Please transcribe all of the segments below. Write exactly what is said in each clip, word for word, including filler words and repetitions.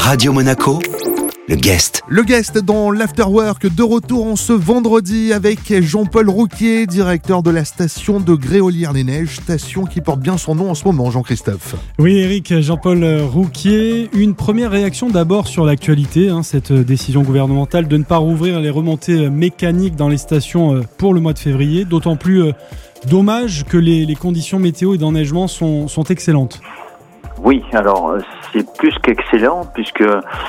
Radio Monaco, le guest. Le guest dans l'Afterwork, de retour en ce vendredi avec Jean-Paul Rouquier, directeur de la station de Gréolières-les-Neiges, station qui porte bien son nom en ce moment, Jean-Christophe. Oui Eric, Jean-Paul Rouquier, une première réaction d'abord sur l'actualité, hein, cette décision gouvernementale de ne pas rouvrir les remontées mécaniques dans les stations pour le mois de février, d'autant plus euh, dommage que les, les conditions météo et d'enneigement sont, sont excellentes. Oui, alors c'est plus qu'excellent puisque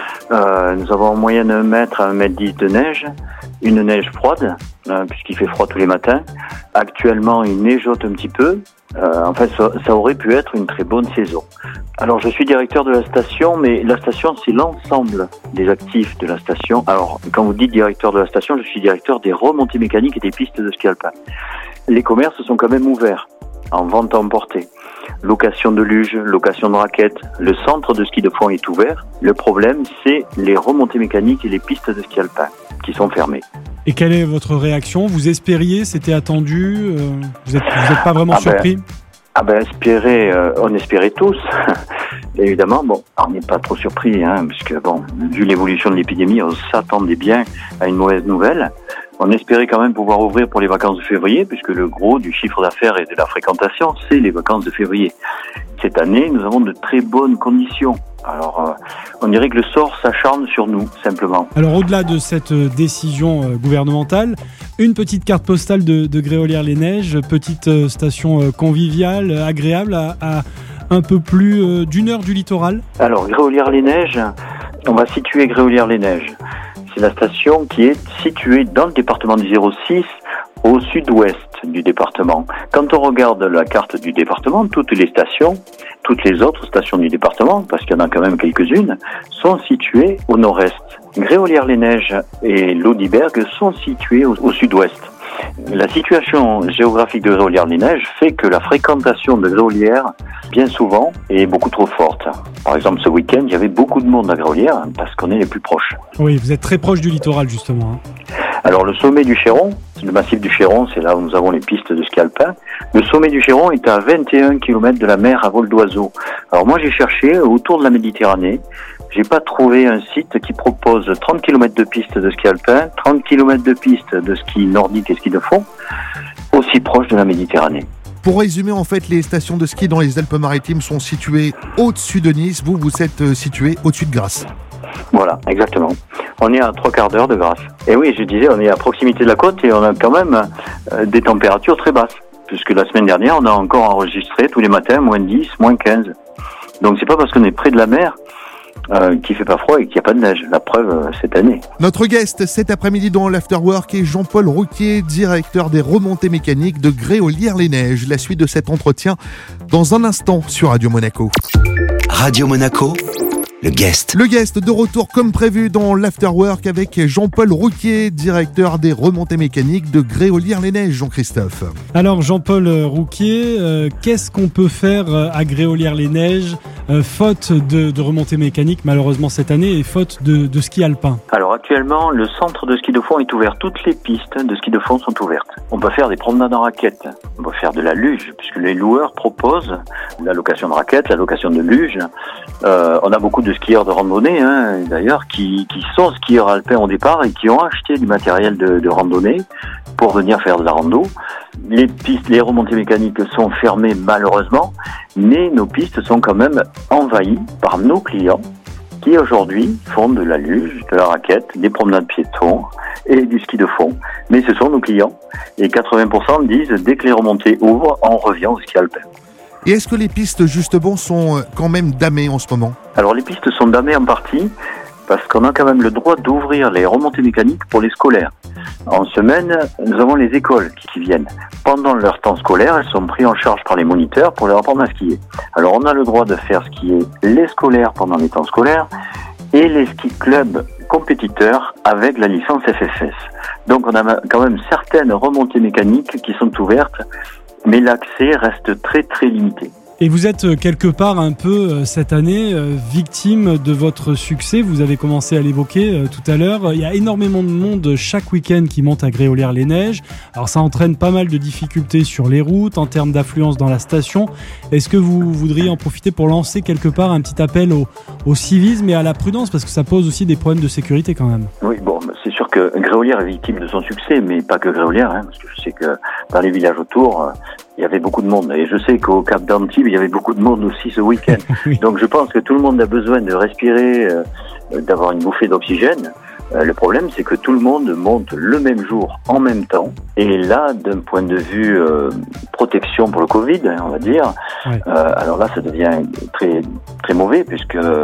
euh, nous avons en moyenne un mètre à un mètre dix de neige, une neige froide euh, puisqu'il fait froid tous les matins. Actuellement, il neigeote un petit peu. Euh, en fait, ça, ça aurait pu être une très bonne saison. Alors, je suis directeur de la station, mais la station, c'est l'ensemble des actifs de la station. Alors, quand vous dites directeur de la station, je suis directeur des remontées mécaniques et des pistes de ski alpin. Les commerces sont quand même ouverts en vente à emporter. Location de luge, location de raquettes, le centre de ski de fond est ouvert. Le problème, c'est les remontées mécaniques et les pistes de ski alpin qui sont fermées. Et quelle est votre réaction ? Vous espériez, c'était attendu euh, Vous n'êtes vous êtes pas vraiment ah surpris ben, Ah ben, espérer, euh, on espérait tous. Évidemment, bon, on n'est pas trop surpris, hein, puisque bon, vu l'évolution de l'épidémie, on s'attendait bien à une mauvaise nouvelle. On espérait quand même pouvoir ouvrir pour les vacances de février, puisque le gros du chiffre d'affaires et de la fréquentation, c'est les vacances de février. Cette année, nous avons de très bonnes conditions. Alors, euh, on dirait que le sort s'acharne sur nous, simplement. Alors, au-delà de cette décision euh, gouvernementale, une petite carte postale de, de Gréolières-les-Neiges, petite euh, station euh, conviviale, agréable, à, à un peu plus euh, d'une heure du littoral. Alors, Gréolières-les-Neiges, on va situer Gréolières-les-Neiges. C'est la station qui est située dans le département du zéro six, au sud-ouest du département. Quand on regarde la carte du département, toutes les stations, toutes les autres stations du département, parce qu'il y en a quand même quelques-unes, sont situées au nord-est. Gréolières-les-Neiges et Lodiberg sont situées au, au sud-ouest. La situation géographique de Gréolières-les-Neiges fait que la fréquentation de Gréolières, bien souvent, est beaucoup trop forte. Par exemple, ce week-end, il y avait beaucoup de monde à Gréolières parce qu'on est les plus proches. Oui, vous êtes très proche du littoral, justement. Hein. Alors, le sommet du Chéron, le massif du Chéron, c'est là où nous avons les pistes de ski alpin. Le sommet du Chéron est à vingt et un kilomètres de la mer à vol d'oiseau. Alors, moi, j'ai cherché autour de la Méditerranée. J'ai pas trouvé un site qui propose trente kilomètres de pistes de ski alpin, trente kilomètres de pistes de ski nordique et ski de fond, aussi proche de la Méditerranée. Pour résumer, en fait, les stations de ski dans les Alpes-Maritimes sont situées au-dessus de Nice. Vous, vous êtes situé au-dessus de Grasse. Voilà, exactement. On est à trois quarts d'heure de Grasse. Et oui, je disais, on est à proximité de la côte et on a quand même euh, des températures très basses. Puisque la semaine dernière, on a encore enregistré tous les matins moins dix, moins quinze. Donc c'est pas parce qu'on est près de la mer Euh, qui fait pas froid et qu'il n'y a pas de neige. La preuve, euh, cette année. Notre guest cet après-midi dans l'Afterwork est Jean-Paul Rouquier, directeur des remontées mécaniques de Gréolières-les-Neiges. La suite de cet entretien dans un instant sur Radio Monaco. Radio Monaco, le guest. Le guest de retour comme prévu dans l'Afterwork avec Jean-Paul Rouquier, directeur des remontées mécaniques de Gréolières-les-Neiges. Jean-Christophe. Alors Jean-Paul Rouquier, euh, qu'est-ce qu'on peut faire à Gréolières-les-Neiges euh, faute de, de remontées mécaniques malheureusement cette année et faute de, de ski alpin? Alors actuellement, le centre de ski de fond est ouvert. Toutes les pistes de ski de fond sont ouvertes. On peut faire des promenades en raquettes. On peut faire de la luge puisque les loueurs proposent la location de raquettes, la location de luge. Euh, on a beaucoup de skieurs de randonnée, hein, d'ailleurs, qui, qui sont skieurs alpins au départ et qui ont acheté du matériel de, de randonnée pour venir faire de la rando. Les pistes, les remontées mécaniques sont fermées malheureusement, mais nos pistes sont quand même envahies par nos clients qui aujourd'hui font de la luge, de la raquette, des promenades piétons et du ski de fond. Mais ce sont nos clients et quatre-vingts pour cent disent dès que les remontées ouvrent, on revient au ski alpin. Et est-ce que les pistes justement sont quand même damées en ce moment ? Alors les pistes sont damées en partie parce qu'on a quand même le droit d'ouvrir les remontées mécaniques pour les scolaires. En semaine, nous avons les écoles qui viennent. Pendant leur temps scolaire, elles sont prises en charge par les moniteurs pour leur apprendre à skier. Alors on a le droit de faire skier les scolaires pendant les temps scolaires et les ski clubs compétiteurs avec la licence F F S. Donc on a quand même certaines remontées mécaniques qui sont ouvertes, mais l'accès reste très très limité. Et vous êtes quelque part un peu cette année victime de votre succès. Vous avez commencé à l'évoquer tout à l'heure. Il y a énormément de monde chaque week-end qui monte à Gréolières-les-Neiges. Alors ça entraîne pas mal de difficultés sur les routes, en termes d'affluence dans la station. Est-ce que vous voudriez en profiter pour lancer quelque part un petit appel au, au civisme et à la prudence, parce que ça pose aussi des problèmes de sécurité quand même? Oui, bon, c'est sûr que Gréolières est victime de son succès, mais pas que Gréolières, hein, parce que je sais que dans les villages autour, il y avait beaucoup de monde. Et je sais qu'au Cap d'Antibes, il y avait beaucoup de monde aussi ce week-end. Oui. Donc je pense que tout le monde a besoin de respirer, euh, d'avoir une bouffée d'oxygène. Euh, le problème, c'est que tout le monde monte le même jour, en même temps. Et là, d'un point de vue euh, protection pour le Covid, hein, on va dire, oui. euh, alors là, ça devient très très mauvais, puisque euh,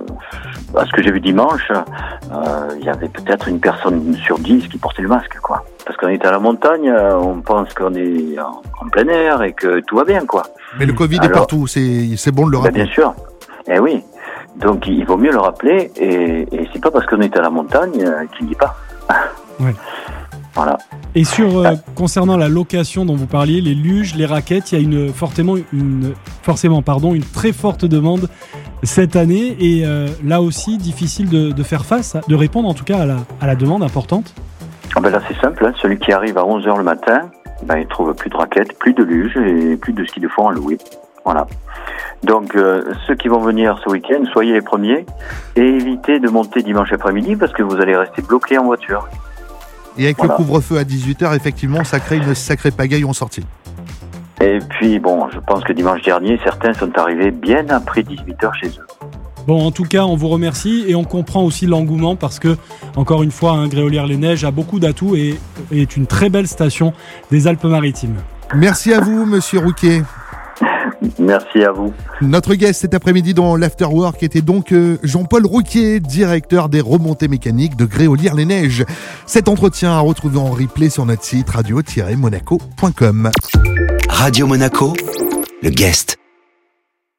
à ce que j'ai vu dimanche, euh, il y avait peut-être une personne sur dix qui portait le masque, quoi. Parce qu'on est à la montagne, on pense qu'on est en, en plein air et que tout va bien, quoi. Mais le Covid alors, est partout, c'est, c'est bon de le rappeler. Ben bien sûr, eh oui. Donc il vaut mieux le rappeler, et, et c'est pas parce qu'on est à la montagne qu'il n'y est pas. Ouais. Voilà. Et sur euh, concernant la location dont vous parliez, les luges, les raquettes, il y a une fortement une forcément pardon une très forte demande cette année, et euh, là aussi difficile de, de faire face, de répondre en tout cas à la, à la demande importante. Ah ben là c'est simple, hein. Celui qui arrive à onze heures le matin, ben, il trouve plus de raquettes, plus de luges et plus de ski de fond à louer. Voilà. Donc euh, ceux qui vont venir ce week-end, soyez les premiers et évitez de monter dimanche après-midi parce que vous allez rester bloqué en voiture. Et avec voilà. Le couvre-feu à dix-huit heures, effectivement, ça crée une sacrée pagaille en sortie. Et puis bon, je pense que dimanche dernier, certains sont arrivés bien après dix-huit heures chez eux. Bon, en tout cas, on vous remercie et on comprend aussi l'engouement parce que, encore une fois, hein, Gréolières-les-Neiges a beaucoup d'atouts et est une très belle station des Alpes-Maritimes. Merci à vous, monsieur Rouquier. Merci à vous. Notre guest cet après-midi dans l'Afterwork était donc Jean-Paul Rouquier, directeur des remontées mécaniques de Gréolières-les-Neiges. Cet entretien à retrouver en replay sur notre site radio tiret monaco point com. Radio Monaco, le guest.